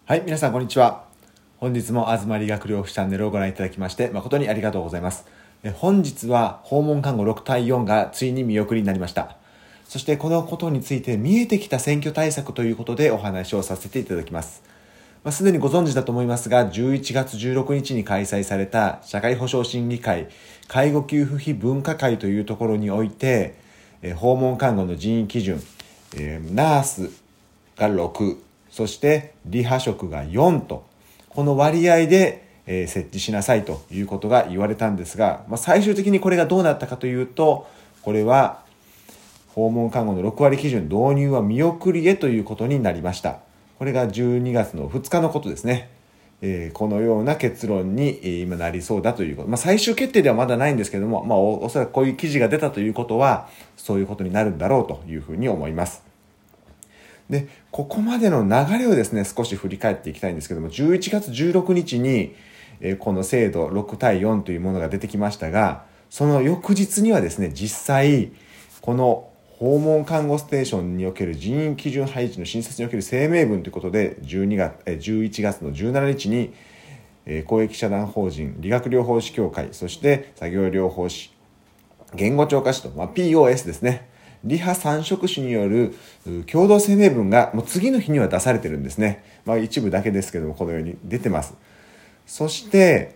はい、皆さんこんにちは。本日も東理学療法士チャンネルをご覧いただきまして誠にありがとうございます。本日は訪問看護6対4がついに見送りになりました。そしてこのことについて見えてきた選挙対策ということでお話をさせていただきます。すでにご存知だと思いますが、11月16日に開催された社会保障審議会介護給付費分科会というところにおいて、訪問看護の人員基準、ナースが6、そしてリハ職が4と、この割合で設置しなさいということが言われたんですが、最終的にこれがどうなったかというと、これは訪問看護の6割基準導入は見送りへということになりました。これが12月の2日のことですね。このような結論に今なりそうだということ。最終決定ではまだないんですけども、おそらくこういう記事が出たということは、そういうことになるんだろうというふうに思います。で、ここまでの流れをですね、少し振り返っていきたいんですけども、11月16日に、この制度6対4というものが出てきましたが、その翌日にはですね、実際、この訪問看護ステーションにおける人員基準配置の新設における声明文ということで、11月の17日に、公益社団法人理学療法士協会、そして作業療法士、言語聴覚士と、POS ですね。リハ3職種による共同声明文がもう次の日には出されてるんですね。一部だけですけども、このように出てます。そして、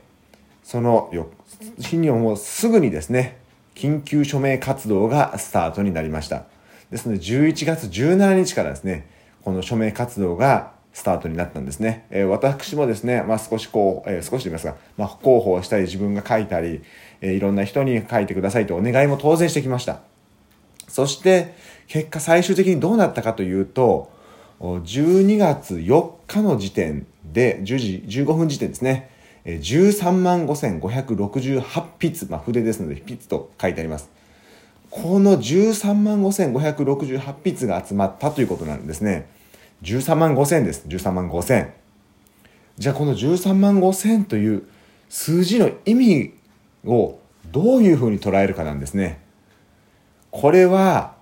その日にはもうすぐにですね、緊急署名活動がスタートになりました。ですので、11月17日からですね、この署名活動がスタートになったんですね。私もですね、少しと言いますが、広報したり自分が書いたり、いろんな人に書いてくださいとお願いも当然してきました。そして結果最終的にどうなったかというと、12月4日の時点で10時15分時点ですね、135,568筆、筆ですので筆と書いてあります。この135,568筆が集まったということなんですね。13万5,000です。13万5,000。じゃあこの13万5,000という数字の意味をどういうふうに捉えるかなんですね。これは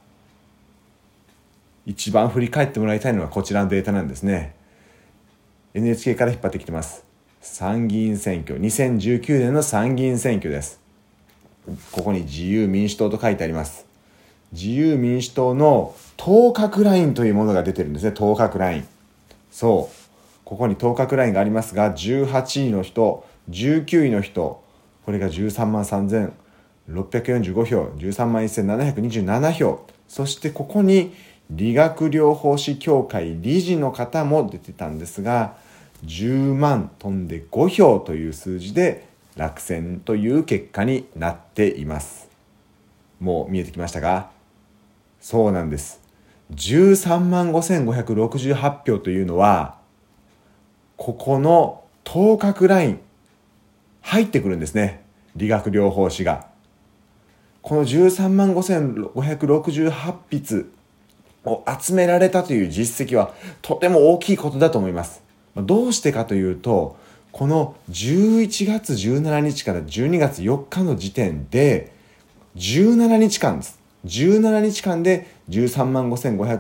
一番振り返ってもらいたいのはこちらのデータなんですね。NHK から引っ張ってきてます。参議院選挙、2019年の参議院選挙です。ここに自由民主党と書いてあります。自由民主党の当確ラインというものが出てるんですね。当確ライン。そう。ここに当確ラインがありますが、18位の人、19位の人、これが13万3,645票、13万1,727票、そしてここに理学療法士協会理事の方も出てたんですが、10万飛んで5票という数字で落選という結果になっています。もう見えてきましたか？そうなんです。13万5,568票というのは、ここの当確ライン入ってくるんですね。理学療法士が。この13万5,568筆を集められたという実績はとても大きいことだと思います。どうしてかというと、この11月17日から12月4日の時点で17日間です。17日間で13万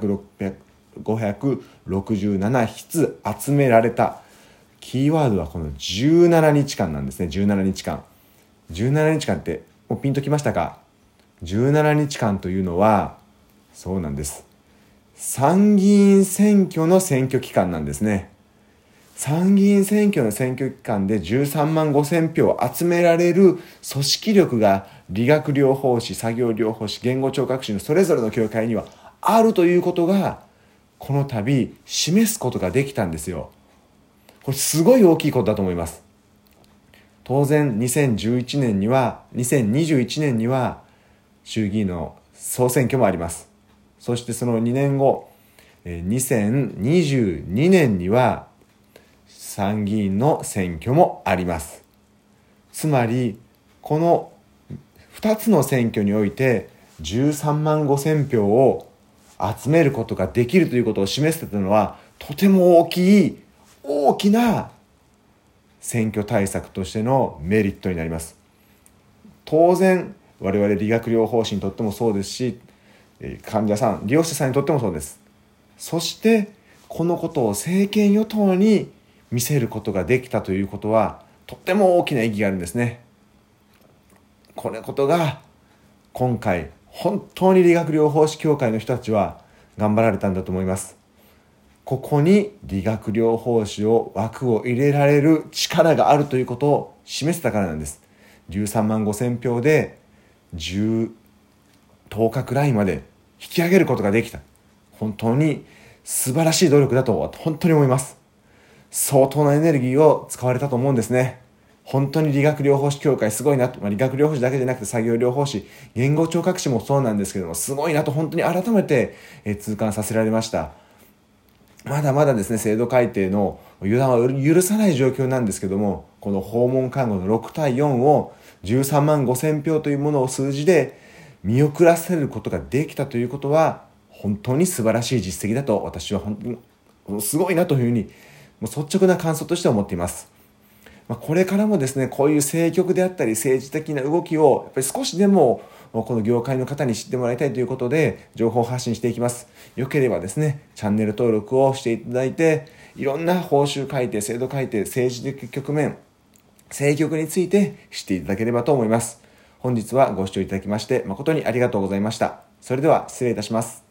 5,567筆集められた。キーワードはこの17日間なんですね。17日間。17日間ってもうピンときましたか？17日間というのは、そうなんです。参議院選挙の選挙期間なんですね。参議院選挙の選挙期間で13万5,000票を集められる組織力が理学療法士、作業療法士、言語聴覚士のそれぞれの協会にはあるということが、この度示すことができたんですよ。これすごい大きいことだと思います。当然2021年には衆議院の総選挙もあります。そしてその2年後、2022年には参議院の選挙もあります。つまりこの2つの選挙において13万5,000票を集めることができるということを示せたのは、とても大きな選挙対策としてのメリットになります。当然我々理学療法士にとってもそうですし、患者さん、利用者さんにとってもそうです。そしてこのことを政権与党に見せることができたということは、とっても大きな意義があるんですね。このことが今回本当に理学療法士協会の人たちは頑張られたんだと思います。ここに理学療法士を枠を入れられる力があるということを示せたからなんです。13万5千票で10日くらいまで引き上げることができた。本当に素晴らしい努力だと本当に思います。相当なエネルギーを使われたと思うんですね。本当に理学療法士協会すごいなと、理学療法士だけじゃなくて作業療法士、言語聴覚士もそうなんですけども、すごいなと本当に改めて痛感させられました。まだまだですね、制度改定の予断は許さない状況なんですけども、この訪問看護の6対4を13万5千票というものを数字で見送らせることができたということは、本当に素晴らしい実績だと私は本当にすごいなというふうに、もう率直な感想として思っています。これからもですね、こういう政局であったり政治的な動きをやっぱり少しでもこの業界の方に知ってもらいたいということで情報発信していきます。よければですね、チャンネル登録をしていただいて、いろんな報酬改定、制度改定、政治的局面、政局について知っていただければと思います。本日はご視聴いただきまして誠にありがとうございました。それでは失礼いたします。